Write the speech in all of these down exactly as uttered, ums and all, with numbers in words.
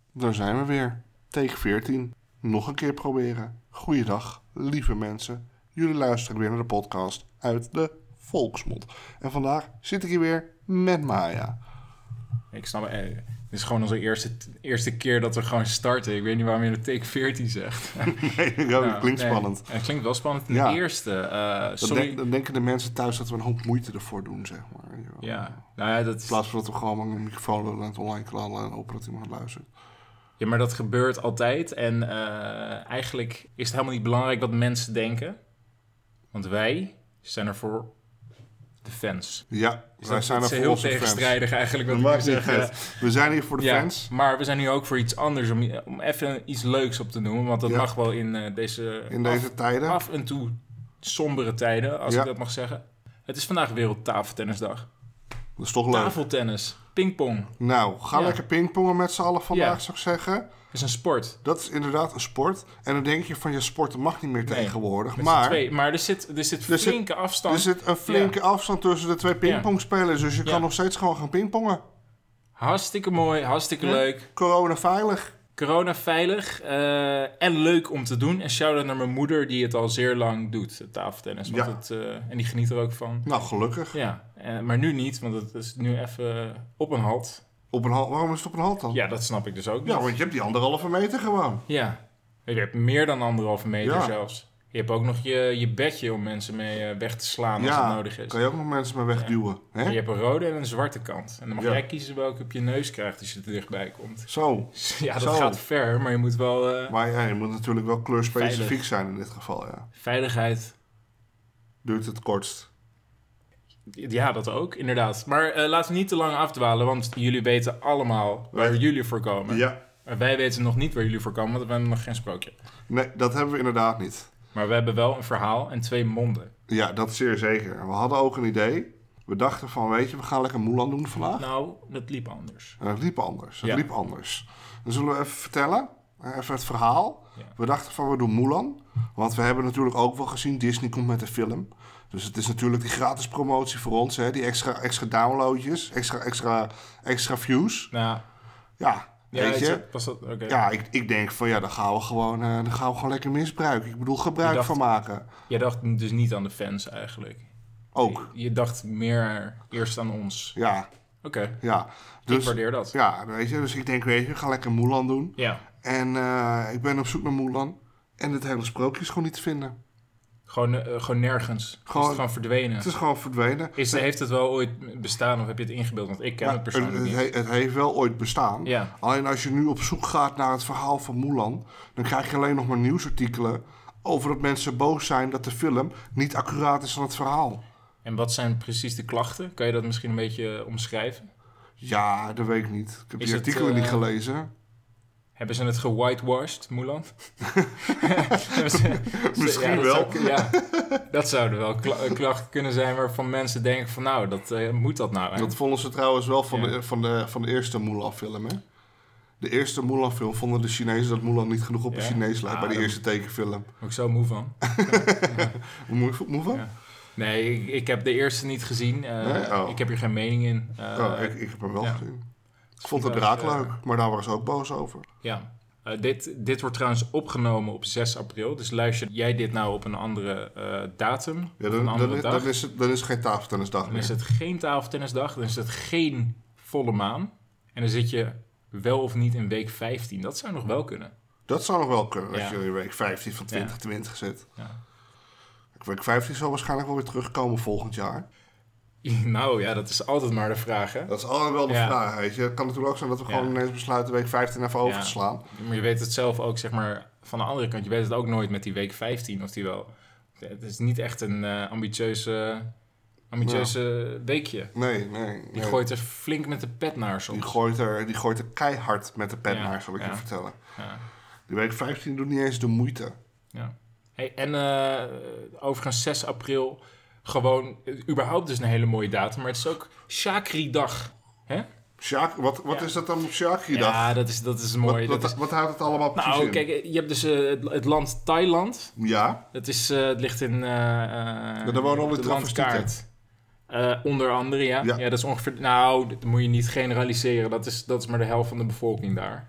Daar zijn we weer. Take veertien. Nog een keer proberen. Goeiedag, lieve mensen. Jullie luisteren weer naar de podcast uit de volksmond. En vandaag zit ik hier weer met Maya. Ik snap het. Het is gewoon onze eerste, eerste keer dat we gewoon starten. Ik weet niet waarom je de take veertien zegt. Nee, dat nou, klinkt nee, spannend. Het klinkt wel spannend. De ja. eerste. Uh, sorry. Dan, denk, dan denken de mensen thuis dat we een hoop moeite ervoor doen, zeg maar. Ja. Nou ja, dat is... In plaats van dat we gewoon een microfoon willen en het online knallen en hopen dat iemand luistert. Ja, maar dat gebeurt altijd. En uh, eigenlijk is het helemaal niet belangrijk wat mensen denken. Want wij zijn er voor de fans. Ja, dus wij dat, zijn dat er voor onze fans. tegenstrijdig eigenlijk. Wat dat ik zeggen. We zijn hier voor de ja, fans. Maar we zijn nu ook voor iets anders. Om, om even iets leuks op te noemen. Want dat ja. mag wel in uh, deze... In deze af, tijden. Af en toe sombere tijden, als ja. ik dat mag zeggen. Het is vandaag Wereldtafeltennisdag. Dat is toch leuk. Tafeltennis, pingpong. Nou, ga ja. lekker pingpongen met z'n allen vandaag, ja. zou ik zeggen. Het is een sport. Dat is inderdaad een sport. En dan denk je van, je sporten mag niet meer nee, tegenwoordig. Met maar twee. maar er zit, er zit er flinke zit, afstand. Er zit een flinke ja. afstand tussen de twee pingpongspelers. Dus je ja. kan nog steeds gewoon gaan pingpongen. Hartstikke mooi, hartstikke ja. leuk. Corona veilig. Corona veilig uh, en leuk om te doen. En shout-out naar mijn moeder die het al zeer lang doet, het tafeltennis. Want ja. het, uh, en die geniet er ook van. Nou, gelukkig. Ja, uh, maar nu niet, want het is nu even op een halt. Op een halt? Waarom is het op een halt dan? Ja, dat snap ik dus ook niet. Ja, want je hebt die anderhalve meter gewoon. Ja, je hebt meer dan anderhalve meter ja. zelfs. Je hebt ook nog je, je bedje om mensen mee weg te slaan als ja, het nodig is. Kan je ook nog mensen mee wegduwen. Ja. Hè? Je hebt een rode en een zwarte kant. En dan mag ja. jij kiezen welke je op je neus krijgt als je er dichtbij komt. Zo. Ja, dat Zo. gaat ver, maar je moet wel... Uh, maar ja, je moet natuurlijk wel kleurspecifiek veilig. zijn in dit geval, ja. Veiligheid. Duurt het kortst. Ja, dat ook, inderdaad. Maar uh, laten we niet te lang afdwalen, want jullie weten allemaal waar Wij... jullie voor komen. Ja. Maar wij weten nog niet waar jullie voor komen, want we hebben nog geen sprookje. Nee, dat hebben we inderdaad niet. Maar we hebben wel een verhaal en twee monden. Ja, dat zeer zeker. We hadden ook een idee. We dachten van, weet je, we gaan lekker Mulan doen vandaag. Nou, dat liep anders. En dat liep anders. Dat ja. liep anders. Dan zullen we even vertellen. Even het verhaal. Ja. We dachten van, we doen Mulan. Want we hebben natuurlijk ook wel gezien, Disney komt met een film. Dus het is natuurlijk die gratis promotie voor ons. Hè? Die extra, extra downloadjes. Extra, extra, extra views. Nou, ja. Ja, weet je? Was dat, okay. Ja, ik, ik denk van ja, dan gaan we gewoon, uh, dan gaan we gewoon lekker misbruiken. Ik bedoel, gebruik dacht, van maken. Jij dacht dus niet aan de fans eigenlijk? Ook. Je, je dacht meer eerst aan ons? Ja. Oké. Okay. Ja. Dus, ik waardeer dat. Ja, weet je. Dus ik denk, weet je, ga lekker Mulan doen. Ja. En uh, ik ben op zoek naar Mulan. En het hele sprookje is gewoon niet te vinden. Gewoon, uh, gewoon nergens. Gewoon, is het gewoon verdwenen? Het is gewoon verdwenen. Is, heeft het wel ooit bestaan of heb je het ingebeeld? Want ik ken ja, het persoonlijk het, niet. Het, het heeft wel ooit bestaan. Ja. Alleen als je nu op zoek gaat naar het verhaal van Mulan, dan krijg je alleen nog maar nieuwsartikelen over dat mensen boos zijn dat de film niet accuraat is aan het verhaal. En wat zijn precies de klachten? Kan je dat misschien een beetje omschrijven? Ja, dat weet ik niet. Ik heb is die artikelen het, uh, niet gelezen. Hebben ze het gewhitewashed, Mulan? ze, Misschien ja, wel. Zou, ja, dat zouden wel klachten kunnen zijn waarvan mensen denken van nou, dat uh, moet dat nou? Hè? Dat vonden ze trouwens wel van, ja. de, van, de, van de eerste Mulan-film, hè? De eerste Mulan-film vonden de Chinezen dat Mulan niet genoeg op ja? een Chinees lijkt ah, bij de eerste tekenfilm. Daar ben ik zo moe van. ja. Moe, moe van? Ja. Nee, ik, ik heb de eerste niet gezien. Uh, nee? Oh. Ik heb hier geen mening in. Uh, oh, ik, ik heb hem wel ja. gezien. Ik vond het draak leuk, uh, maar daar waren ze ook boos over. Ja. Uh, dit, dit wordt trouwens opgenomen op zes april. Dus luister jij dit nou op een andere uh, datum? Ja, dan, een andere dan, is, dag, dan, is het, dan is het geen tafeltennisdag Dan meer. is het geen tafeltennisdag. Dan is het geen volle maan. En dan zit je wel of niet in week vijftien. Dat zou nog wel kunnen. Dat zou nog wel kunnen, ja. als je in week vijftien van twintig twintig ja. zit. Ja. Week vijftien zal waarschijnlijk wel weer terugkomen volgend jaar. Nou ja, dat is altijd maar de vraag, hè? Dat is altijd wel de ja. vraag, weet je. Het kan natuurlijk ook zijn dat we gewoon ja. ineens besluiten week vijftien even over ja. te slaan. Maar je weet het zelf ook, zeg maar, van de andere kant. Je weet het ook nooit met die week vijftien of die wel... Het is niet echt een uh, ambitieuze, ambitieuze ja. weekje. Nee, nee. Die nee. gooit er flink met de pet naar soms. Die gooit er, die gooit er keihard met de pet ja. naar, zal ik ja. je vertellen. Ja. Die week vijftien doet niet eens de moeite. Ja. Hey, en uh, overigens zes april... Gewoon, überhaupt dus een hele mooie datum. Maar het is ook Chakri-dag. Hè? Shak, wat wat ja. is dat dan op Chakri-dag? Ja, dat is, dat is mooi. Wat, dat wat, is... wat houdt het allemaal precies nou, in? Kijk, je hebt dus uh, het, het land Thailand. Ja. Dat is, uh, het ligt in uh, uh, ja, daar wonen al de landkaart. Uh, onder andere, ja. ja. Ja, dat is ongeveer... Nou, dat moet je niet generaliseren. Dat is, dat is maar de helft van de bevolking daar.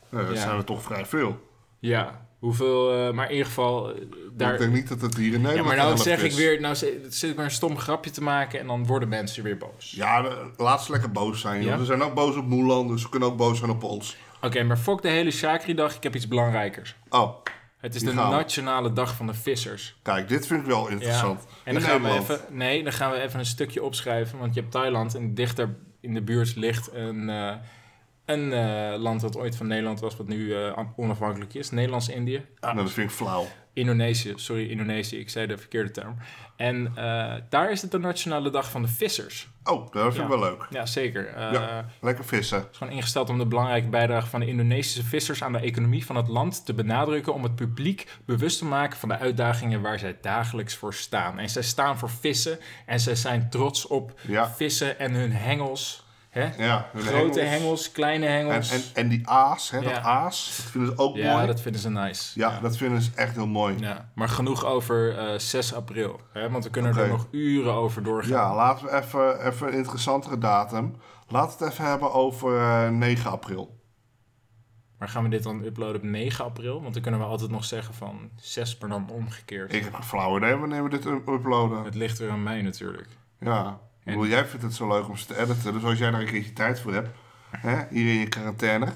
Nou, dat Ja. zijn er toch vrij veel. Ja, hoeveel... Uh, maar in ieder geval... Uh, daar... Ik denk niet dat het hier in Nederland Ja, maar nou is. zeg ik weer... Nou zit ik maar een stom grapje te maken en dan worden mensen weer boos. Ja, de, laat ze lekker boos zijn. Ja? We zijn ook boos op Mulan, dus we kunnen ook boos zijn op ons. Oké, okay, maar fok de hele Shakri-dag. Ik heb iets belangrijkers. Oh. Het is de nationale dag van de vissers. Kijk, dit vind ik wel interessant. Ja. En dan gaan we even, nee, dan gaan we even een stukje opschrijven. Want je hebt Thailand en dichter in de buurt ligt een, uh, een uh, land dat ooit van Nederland was, wat nu uh, onafhankelijk is. Nederlands-Indië. Ah, nou, dat vind ik flauw. Indonesië, sorry, Indonesië. Ik zei de verkeerde term. En uh, daar is het de nationale dag van de vissers. Oh, dat vind ik ja. wel leuk. Ja, zeker. Uh, ja, lekker vissen. Het is gewoon ingesteld om de belangrijke bijdrage van de Indonesische vissers aan de economie van het land te benadrukken, om het publiek bewust te maken van de uitdagingen waar zij dagelijks voor staan. En zij staan voor vissen en zij zijn trots op ja. vissen en hun hengels. Hè? Ja, grote hengels. hengels, kleine hengels. En, en, en die aas, hè, ja. dat aas, dat vinden ze ook ja, mooi. Ja, dat vinden ze nice. Ja, ja, dat vinden ze echt heel mooi. Ja. Maar genoeg over uh, zes april. Hè? Want we kunnen okay. er nog uren over doorgaan. Ja, laten we even, even een interessantere datum. Laten we het even hebben over uh, negen april. Maar gaan we dit dan uploaden op negen april? Want dan kunnen we altijd nog zeggen van zes, maar dan omgekeerd. Ik heb een flauw idee wanneer we dit uploaden. Het ligt weer aan mij natuurlijk. Ja. En... Bedoel, jij vindt het zo leuk om ze te editen, dus als jij daar een keertje tijd voor hebt, hè, hier in je quarantaine.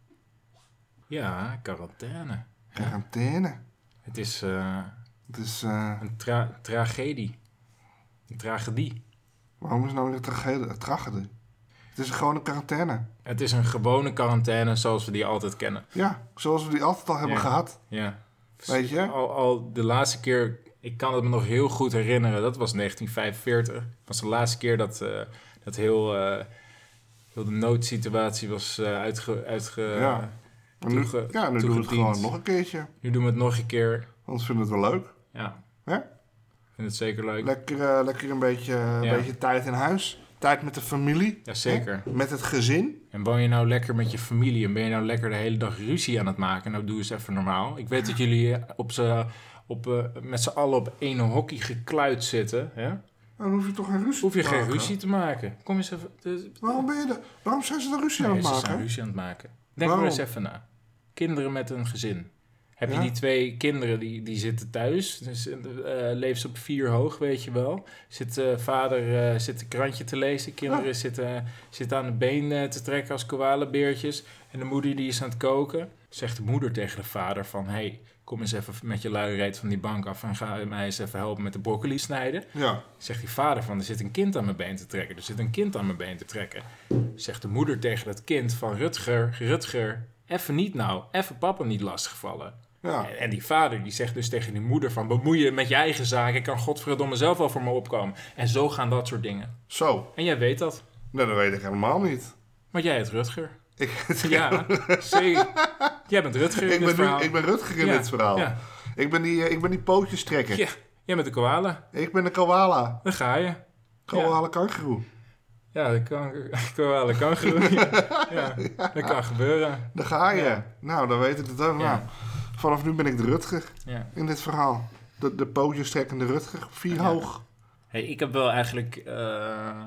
Ja, quarantaine. Quarantaine. Ja. Het is, uh, het is uh... een tra- tragedie. Een tragedie. Waarom is het nou een tragedie? tragedie? Het is gewoon een quarantaine. Het is een gewone quarantaine zoals we die altijd kennen. Ja, zoals we die altijd al hebben ja. gehad. Ja. Weet je? Al, al de laatste keer... Ik kan het me nog heel goed herinneren. Dat was negentien vijfenveertig. Dat was de laatste keer dat, uh, dat heel, uh, heel de noodsituatie was uh, uitge... uitge ja. Nu, toege, ja, nu doen we het gewoon nog een keertje. Nu doen we het nog een keer. Want we vinden het wel leuk. Ja. Hè? Ik vind het zeker leuk. Lekker, uh, lekker een, beetje, een ja. beetje tijd in huis. Tijd met de familie. Jazeker. Hè? Met het gezin. En woon je nou lekker met je familie en ben je nou lekker de hele dag ruzie aan het maken? Nou, doe eens even normaal. Ik weet dat jullie op z'n... Op, uh, met z'n allen op één hockey gekluit zitten. Hè? Dan hoef je toch geen ruzie hoef je te geen maken. ruzie te maken. Kom eens even... De... Waarom, ben je de... Waarom zijn ze er ruzie nee, aan het maken? Ze zijn ruzie aan het maken. Denk maar eens even na. Kinderen met een gezin. Heb ja? je die twee kinderen die, die zitten thuis. Dus, uh, leven ze op vier hoog, weet je wel. Zit uh, vader uh, zit een krantje te lezen. Kinderen ja. zitten, zitten aan de been uh, te trekken als koalabeertjes. En de moeder die is aan het koken. Zegt de moeder tegen de vader van... Hey, kom eens even met je luie reet van die bank af... en ga mij eens even helpen met de broccoli snijden. Ja. Zegt die vader van... Er zit een kind aan mijn been te trekken. Er zit een kind aan mijn been te trekken. Zegt de moeder tegen dat kind van... Rutger, Rutger, even niet nou. Even papa niet lastigvallen. Ja. En, en die vader die zegt dus tegen die moeder van... bemoei je met je eigen zaken. Ik kan godverdomme zelf wel voor me opkomen. En zo gaan dat soort dingen. Zo. En jij weet dat. Nee, dat weet ik helemaal niet. Maar jij heet Rutger. Ik ja, zeker. Jij bent Rutger in ik dit ben verhaal. Nu, ik ben Rutger in ja. dit verhaal. Ja. Ik ben die, ik ben die pootjes trekker. Ja, jij bent de koala. Ik ben de koala. Daar ga je. Koala ja. kangeroe. Ja, de kan, koala kangeroe. ja. ja, dat kan gebeuren. Daar ga je. Ja. Nou, dan weet ik het ook. Ja. Nou, vanaf nu ben ik de Rutger ja. in dit verhaal. De, de pootjes trekkende Rutger. Vier ja. hoog. Hey, ik heb wel eigenlijk... Uh...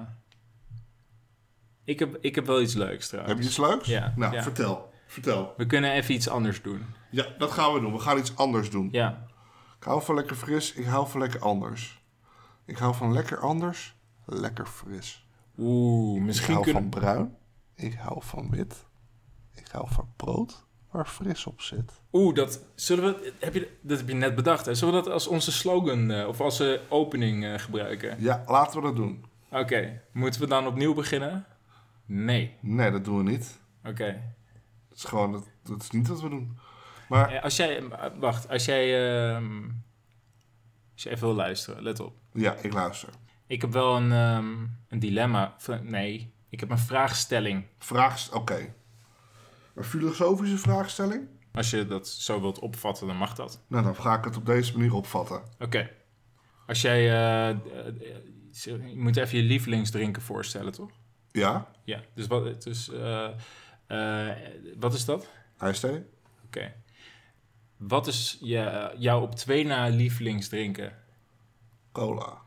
Ik heb, ik heb wel iets leuks trouwens. Heb je iets leuks? Ja. Nou, ja. vertel. Vertel. We kunnen even iets anders doen. Ja, dat gaan we doen. We gaan iets anders doen. Ja. Ik hou van lekker fris. Ik hou van lekker anders. Ik hou van lekker anders. Lekker fris. Oeh, misschien Ik hou kunnen... van bruin. Ik hou van wit. Ik hou van brood waar fris op zit. Oeh, dat zullen we... Heb je, dat heb je net bedacht, hè? Zullen we dat als onze slogan uh, of als uh, opening uh, gebruiken? Ja, laten we dat doen. Oké. Okay. Moeten we dan opnieuw beginnen? Nee. Nee, dat doen we niet. Oké. Okay. Dat is gewoon... Dat, dat is niet wat we doen. Maar... Als jij... Wacht. Als jij... Uh, als je even wil luisteren. Let op. Ja, ik luister. Ik heb wel een, um, een dilemma. Nee. Ik heb een vraagstelling. Vraag... Oké. Okay. Een filosofische vraagstelling? Als je dat zo wilt opvatten, dan mag dat. Nou, dan ga ik het op deze manier opvatten. Oké. Okay. Als jij... Uh, uh, je moet even je lievelingsdrinken voorstellen, toch? Ja. Ja. Dus wat, dus, uh, uh, wat is dat? IJsthee. Oké. Okay. Wat is je, jouw op twee na lievelingsdrinken? Cola. Oké.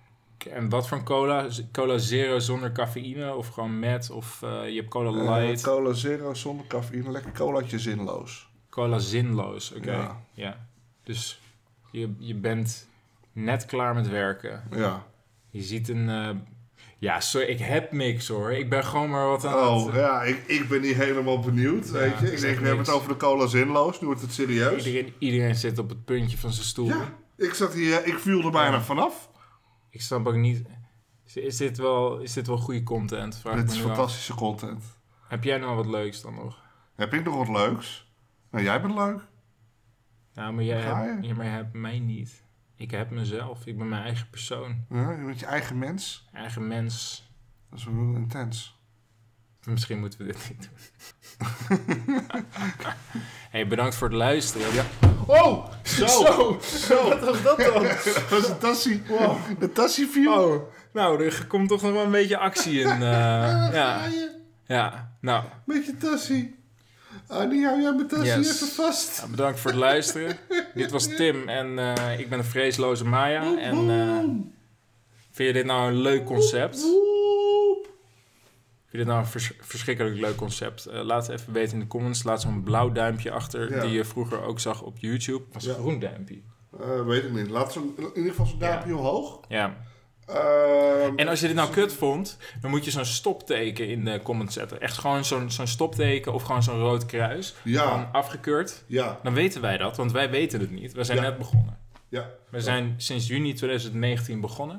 En wat voor cola? Cola Zero zonder cafeïne of gewoon met? Of uh, je hebt Cola Light? Uh, cola Zero zonder cafeïne. Lekker colaatje zinloos. Cola zinloos, oké. Okay. Ja. ja. Dus je, je bent net klaar met werken. Ja. Je ziet een... Uh, ja, sorry, ik heb niks hoor. Ik ben gewoon maar wat aan oh, het... Oh, ja, ik, ik ben niet helemaal benieuwd, ja, weet je. Ik denk, we hebben het over de cola zinloos. Nu wordt het serieus. Iedereen, iedereen zit op het puntje van zijn stoel. Ja, ik zat hier... Ik viel er bijna ja. vanaf. Ik snap ook niet... Is dit wel, is dit wel goede content? Vraag dit is fantastische af. content. Heb jij nou wat leuks dan nog? Heb ik nog wat leuks? Nou, jij bent leuk. Nou, maar jij hebt, ja, maar jij hebt mij niet. Ik heb mezelf. Ik ben mijn eigen persoon. Ja, je bent je eigen mens. Eigen mens. Dat is wel intens. Misschien moeten we dit niet doen. Hey, bedankt voor het luisteren. Ja. Oh! Zo! Zo! Zo. Wat was dat dan? Dat was een tassie. Wow. De tassie viel. Oh. Nou, er komt toch nog wel een beetje actie in. Uh, ja. Ja, nou. Met je tassie. Annie, hou jij mijn tassie yes. even vast. Nou, bedankt voor het luisteren. Dit was Tim en uh, ik ben een vreesloze Maya. Woep, en uh, vind je dit nou een leuk concept? Woep, woep. Vind je dit nou een vers- verschrikkelijk leuk concept? Uh, laat het even weten in de comments. Laat zo'n blauw duimpje achter, ja. die je vroeger ook zag op YouTube. Dat was ja. een groen duimpje. Uh, weet ik niet. Laat zo, in ieder geval zo'n duimpje ja. omhoog. Ja. Uh, en als je dit nou kut vond, dan moet je zo'n stopteken in de comments zetten. Echt gewoon zo'n, zo'n stopteken of gewoon zo'n rood kruis. Ja. Gewoon afgekeurd. Ja. Dan weten wij dat, want wij weten het niet. We zijn ja. net begonnen. Ja. We zijn sinds juni twintig negentien begonnen.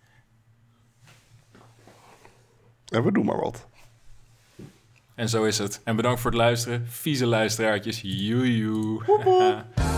En we doen maar wat. En zo is het. En bedankt voor het luisteren. Vieze luisteraartjes. Joejoe.